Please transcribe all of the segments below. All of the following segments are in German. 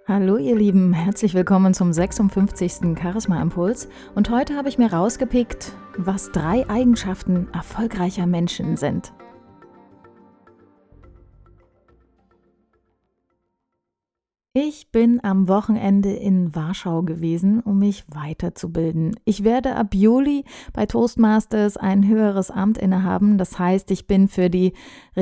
Hallo ihr Lieben, herzlich willkommen zum 56. Charisma Impuls und heute habe ich mir rausgepickt, was 3 Eigenschaften erfolgreicher Menschen sind. Ich bin am Wochenende in Warschau gewesen, um mich weiterzubilden. Ich werde ab Juli bei Toastmasters ein höheres Amt innehaben. Das heißt, ich bin für die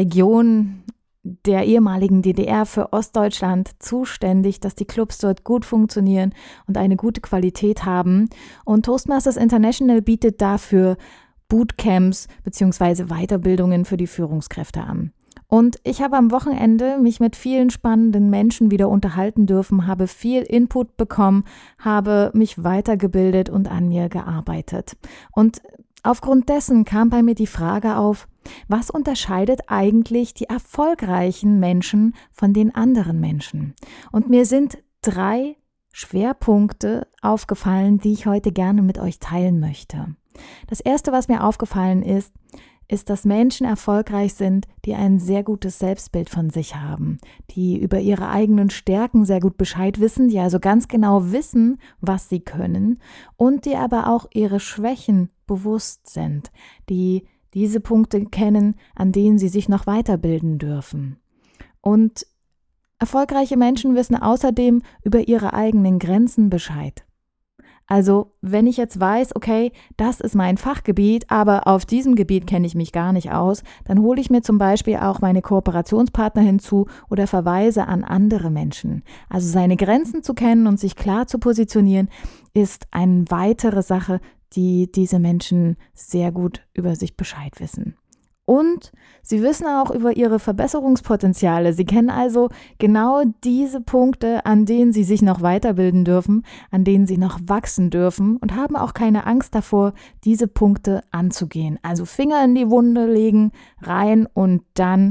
Region der ehemaligen DDR für Ostdeutschland zuständig, dass die Clubs dort gut funktionieren und eine gute Qualität haben. Und Toastmasters International bietet dafür Bootcamps bzw. Weiterbildungen für die Führungskräfte an. Und ich habe am Wochenende mich mit vielen spannenden Menschen wieder unterhalten dürfen, habe viel Input bekommen, habe mich weitergebildet und an mir gearbeitet. Und aufgrund dessen kam bei mir die Frage auf, was unterscheidet eigentlich die erfolgreichen Menschen von den anderen Menschen? Und mir sind 3 Schwerpunkte aufgefallen, die ich heute gerne mit euch teilen möchte. Das erste, was mir aufgefallen ist, dass Menschen erfolgreich sind, die ein sehr gutes Selbstbild von sich haben, die über ihre eigenen Stärken sehr gut Bescheid wissen, die also ganz genau wissen, was sie können und die aber auch ihre Schwächen bewusst sind, die diese Punkte kennen, an denen sie sich noch weiterbilden dürfen. Und erfolgreiche Menschen wissen außerdem über ihre eigenen Grenzen Bescheid. Also, wenn ich jetzt weiß, okay, das ist mein Fachgebiet, aber auf diesem Gebiet kenne ich mich gar nicht aus, dann hole ich mir zum Beispiel auch meine Kooperationspartner hinzu oder verweise an andere Menschen. Also seine Grenzen zu kennen und sich klar zu positionieren, ist eine weitere Sache, die diese Menschen sehr gut über sich Bescheid wissen. Und sie wissen auch über ihre Verbesserungspotenziale. Sie kennen also genau diese Punkte, an denen sie sich noch weiterbilden dürfen, an denen sie noch wachsen dürfen und haben auch keine Angst davor, diese Punkte anzugehen. Also Finger in die Wunde legen, rein und dann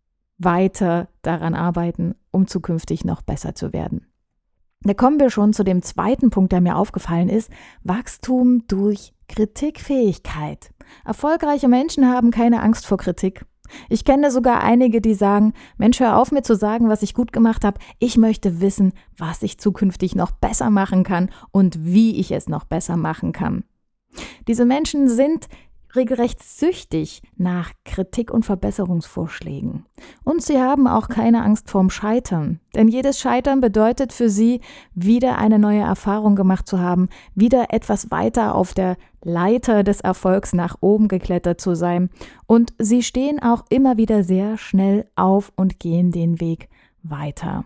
weiter daran arbeiten, um zukünftig noch besser zu werden. Da kommen wir schon zu dem zweiten Punkt, der mir aufgefallen ist: Wachstum durch Kritikfähigkeit. Erfolgreiche Menschen haben keine Angst vor Kritik. Ich kenne sogar einige, die sagen, Mensch, hör auf mir zu sagen, was ich gut gemacht habe. Ich möchte wissen, was ich zukünftig noch besser machen kann und wie ich es noch besser machen kann. Diese Menschen sind regelrecht süchtig nach Kritik und Verbesserungsvorschlägen. Und sie haben auch keine Angst vorm Scheitern. Denn jedes Scheitern bedeutet für sie, wieder eine neue Erfahrung gemacht zu haben, wieder etwas weiter auf der Leiter des Erfolgs nach oben geklettert zu sein. Und sie stehen auch immer wieder sehr schnell auf und gehen den Weg weiter.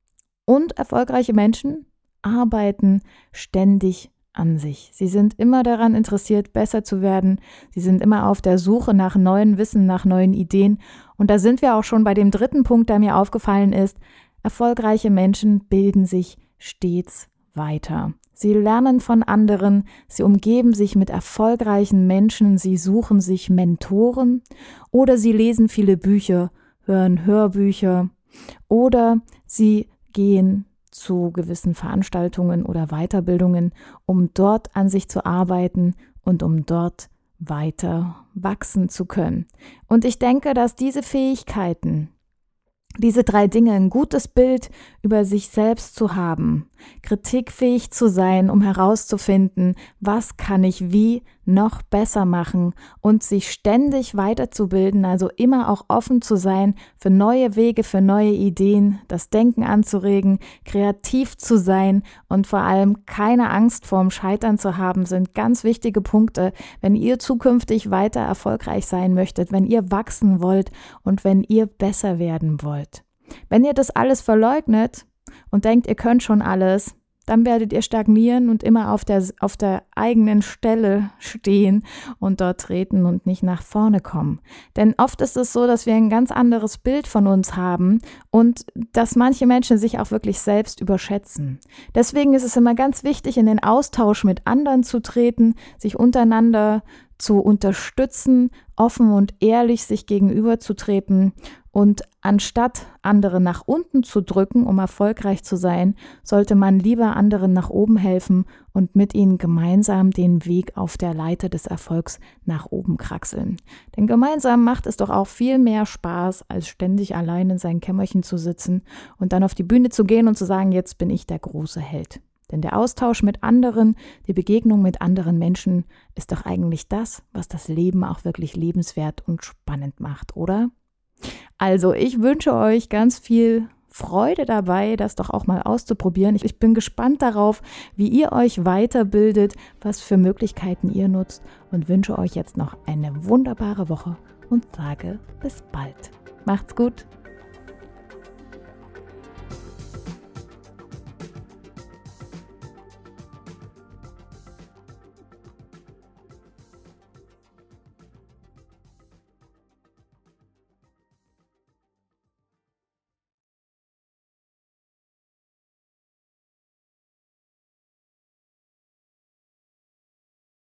Und erfolgreiche Menschen arbeiten ständig an sich. Sie sind immer daran interessiert, besser zu werden. Sie sind immer auf der Suche nach neuen Wissen, nach neuen Ideen. Und da sind wir auch schon bei dem dritten Punkt, der mir aufgefallen ist. Erfolgreiche Menschen bilden sich stets weiter. Sie lernen von anderen, sie umgeben sich mit erfolgreichen Menschen, sie suchen sich Mentoren oder sie lesen viele Bücher, hören Hörbücher oder sie gehen zu gewissen Veranstaltungen oder Weiterbildungen, um dort an sich zu arbeiten und um dort weiter wachsen zu können. Und ich denke, dass diese Fähigkeiten, diese 3 Dinge, ein gutes Bild über sich selbst zu haben, kritikfähig zu sein, um herauszufinden, was kann ich wie noch besser machen und sich ständig weiterzubilden, also immer auch offen zu sein für neue Wege, für neue Ideen, das Denken anzuregen, kreativ zu sein und vor allem keine Angst vorm Scheitern zu haben, sind ganz wichtige Punkte, wenn ihr zukünftig weiter erfolgreich sein möchtet, wenn ihr wachsen wollt und wenn ihr besser werden wollt. Wenn ihr das alles verleugnet und denkt, ihr könnt schon alles, dann werdet ihr stagnieren und immer auf der eigenen Stelle stehen und dort treten und nicht nach vorne kommen. Denn oft ist es so, dass wir ein ganz anderes Bild von uns haben und dass manche Menschen sich auch wirklich selbst überschätzen. Deswegen ist es immer ganz wichtig, in den Austausch mit anderen zu treten, sich untereinander zu unterstützen, offen und ehrlich sich gegenüberzutreten Und anstatt andere nach unten zu drücken, um erfolgreich zu sein, sollte man lieber anderen nach oben helfen und mit ihnen gemeinsam den Weg auf der Leiter des Erfolgs nach oben kraxeln. Denn gemeinsam macht es doch auch viel mehr Spaß, als ständig allein in seinem Kämmerchen zu sitzen und dann auf die Bühne zu gehen und zu sagen, jetzt bin ich der große Held. Denn der Austausch mit anderen, die Begegnung mit anderen Menschen ist doch eigentlich das, was das Leben auch wirklich lebenswert und spannend macht, oder? Also, ich wünsche euch ganz viel Freude dabei, das doch auch mal auszuprobieren. Ich bin gespannt darauf, wie ihr euch weiterbildet, was für Möglichkeiten ihr nutzt und wünsche euch jetzt noch eine wunderbare Woche und sage bis bald. Macht's gut!